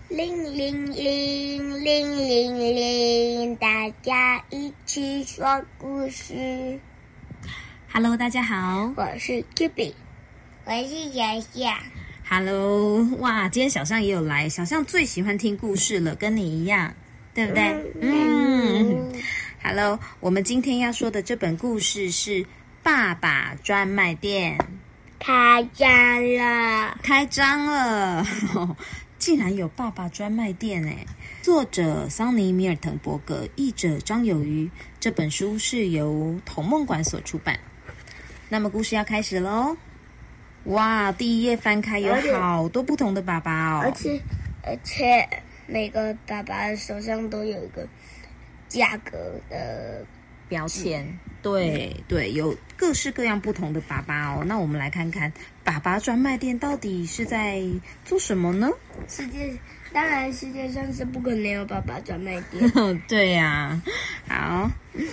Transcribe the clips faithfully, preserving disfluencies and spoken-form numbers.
铃铃铃铃铃铃，大家一起说故事。 Hello， 大家好， 我是 Kibi， 我是小象。 Hello， 哇，今天小象也有来，小象最喜欢听故事了，跟你一样，对不对？嗯。嗯 Hello， 我们今天要说的这本故事是《爸爸专卖店》。 开张了， 开张了，竟然有爸爸专卖店哎！作者桑尼·米尔滕伯格，译者张友瑜。这本书是由童梦馆所出版。那么故事要开始喽！哇，第一页翻开有好多不同的爸爸哦， 而且而且每个爸爸手上都有一个价格的标签。对对，有各式各样不同的爸爸哦。那我们来看看爸爸专卖店到底是在做什么呢？ 世界当然世界上是不可能有爸爸专卖店。 对呀、啊，好，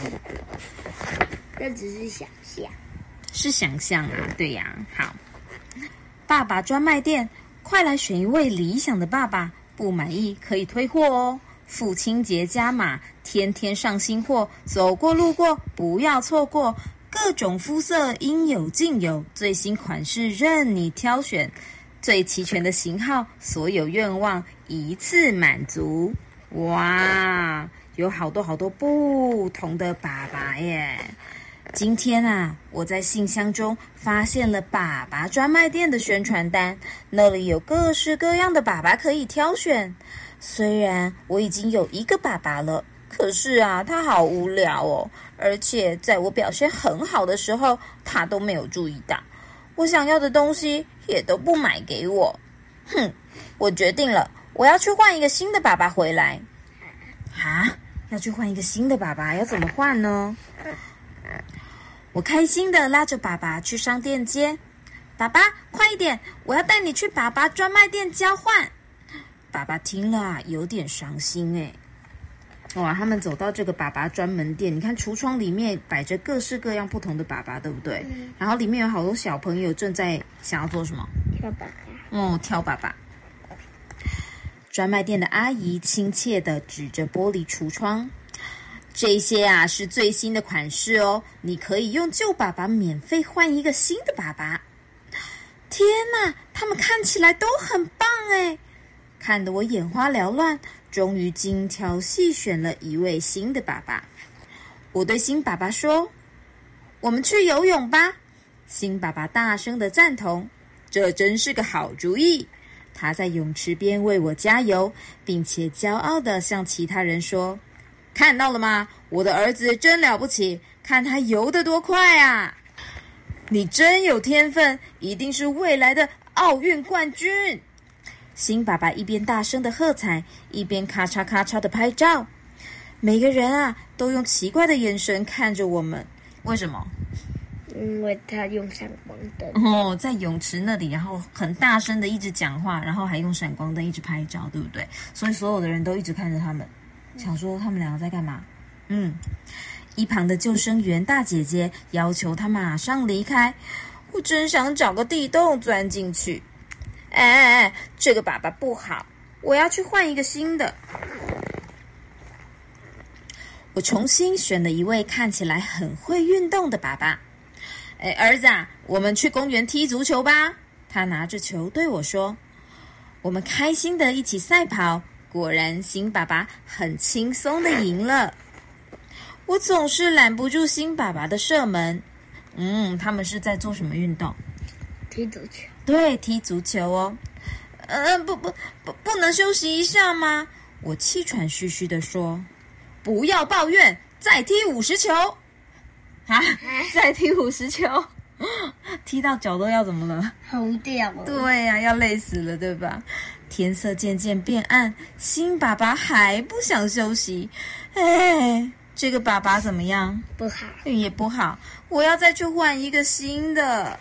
这只是想象， 是想象啊，对呀、啊，好，爸爸专卖店，快来选一位理想的爸爸，不满意可以退货哦。父亲节加码，天天上新货，走过路过不要错过，各种肤色应有尽有，最新款式任你挑选，最齐全的型号，所有愿望一次满足。哇，有好多好多不同的爸爸耶！今天啊，我在信箱中发现了爸爸专卖店的宣传单，那里有各式各样的爸爸可以挑选。虽然我已经有一个爸爸了，可是啊，他好无聊哦，而且在我表现很好的时候，他都没有注意到，我想要的东西也都不买给我。哼，我决定了，我要去换一个新的爸爸回来。啊，要去换一个新的爸爸，要怎么换呢？我开心的拉着爸爸去商店街。爸爸，快一点，我要带你去爸爸专卖店交换。爸爸听了啊，有点伤心哎。哇，他们走到这个爸爸专门店，你看橱窗里面摆着各式各样不同的爸爸，对不对？嗯、然后里面有好多小朋友正在想要做什么？ 挑爸爸。 哦，挑爸爸。专卖店的阿姨亲切地指着玻璃橱窗，这些啊是最新的款式哦，你可以用旧爸爸免费换一个新的爸爸。天哪，他们看起来都很棒哎！看得我眼花缭乱，终于精挑细选了一位新的爸爸。我对新爸爸说：“我们去游泳吧！”新爸爸大声的赞同：“这真是个好主意！”他在泳池边为我加油，并且骄傲地向其他人说：“看到了吗？我的儿子真了不起，看他游得多快啊！你真有天分，一定是未来的奥运冠军！”新爸爸一边大声的喝彩，一边咔嚓咔嚓的拍照。每个人啊，都用奇怪的眼神看着我们。为什么？ 因为他用闪光灯哦，在泳池那里，然后很大声的一直讲话，然后还用闪光灯一直拍照，对不对？所以所有的人都一直看着他们，想说他们两个在干嘛？嗯，一旁的救生员大姐姐要求他马上离开。我真想找个地洞钻进去。哎哎哎，这个爸爸不好，我要去换一个新的。我重新选了一位看起来很会运动的爸爸。哎，儿子啊，我们去公园踢足球吧。他拿着球对我说。我们开心的一起赛跑，果然新爸爸很轻松的赢了。我总是拦不住新爸爸的射门。嗯，他们是在做什么运动？ 踢足球。 对，踢足球哦。呃，不不不，不能休息一下吗？我气喘吁吁地说。不要抱怨，再踢五十球。啊，再踢五十球，踢到脚都要怎么了？ 红掉了。 对呀、啊，要累死了，对吧？天色渐渐变暗，新爸爸还不想休息。哎，这个爸爸怎么样？ 不好， 也不好。我要再去换一个新的。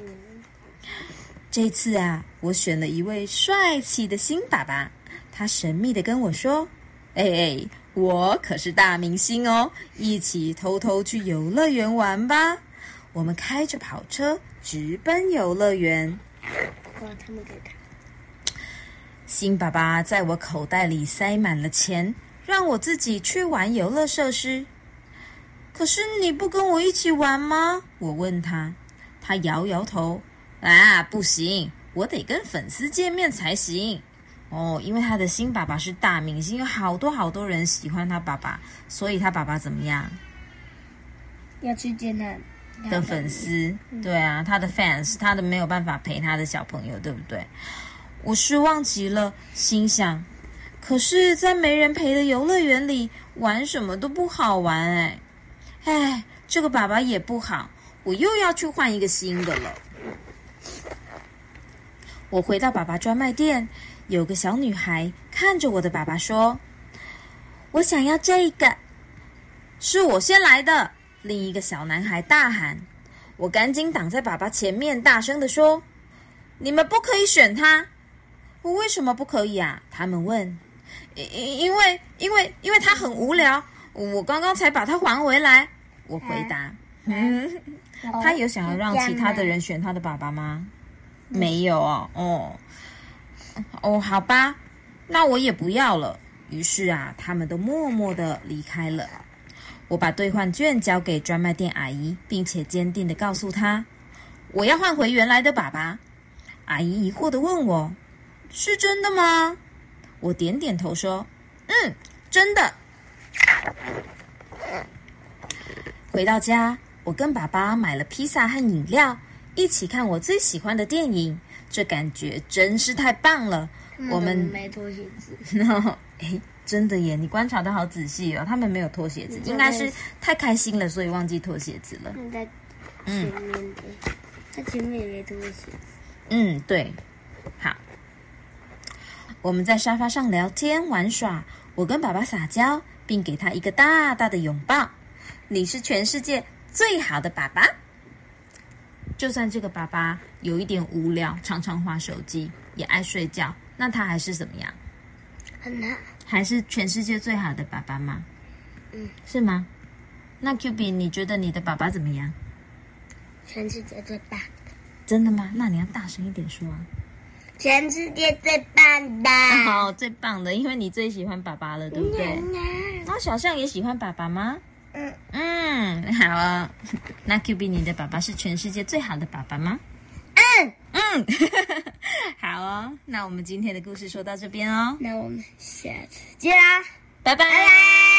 这次啊，我选了一位帅气的新爸爸。他神秘地跟我说：“哎哎，我可是大明星哦，一起偷偷去游乐园玩吧。”我们开着跑车直奔游乐园。 哇，他们给他。 新爸爸在我口袋里塞满了钱，让我自己去玩游乐设施。可是你不跟我一起玩吗？我问他，他摇摇头，啊，不行，我得跟粉丝见面才行。哦，因为他的新爸爸是大明星，有好多好多人喜欢他爸爸，所以他爸爸怎么样？ 要去见他的粉丝，对啊，他的 fans， 他的没有办法陪他的小朋友，对不对？我失望极了，心想，可是在没人陪的游乐园里玩什么都不好玩哎，哎，这个爸爸也不好，我又要去换一个新的了。我回到爸爸专卖店，有个小女孩看着我的爸爸说，我想要这个。是我先来的，另一个小男孩大喊。我赶紧挡在爸爸前面，大声地说，你们不可以选他。我为什么不可以啊？他们问。因因为因为因为他很无聊，我刚刚才把他还回来。我回答。嗯，他有想要让其他的人选他的爸爸吗？没有哦。哦哦，好吧，那我也不要了。于是啊，他们都默默地离开了。我把兑换券交给专卖店阿姨，并且坚定地告诉她，我要换回原来的爸爸。阿姨疑惑地问我，是真的吗？我点点头说，嗯，真的。回到家，我跟爸爸买了披萨和饮料，一起看我最喜欢的电影，这感觉真是太棒了。 嗯、 我们没脱鞋子。 哎，真的耶，你观察得好仔细哦，他们没有脱鞋子，应该是太开心了，所以忘记脱鞋子了。 在前面的，嗯、他前面也没脱鞋子。 嗯，对。好，我们在沙发上聊天玩耍，我跟爸爸撒娇，并给他一个大大的拥抱。你是全世界最好的爸爸。就算这个爸爸有一点无聊，常常滑手机，也爱睡觉，那他还是怎么样？ 很好。 还是全世界最好的爸爸吗？ 嗯， 是吗？那 Q B， 你觉得你的爸爸怎么样？ 全世界最棒。 真的吗？那你要大声一点说啊！ 全世界最棒的。 好、哦，最棒的，因为你最喜欢爸爸了，对不对？然后小象也喜欢爸爸吗？ 嗯嗯，好啊、哦。那 Q B， 你的爸爸是全世界最好的爸爸吗？ 嗯嗯，好哦。那我们今天的故事说到这边哦。 那我们下次见啦， 拜拜。 拜拜。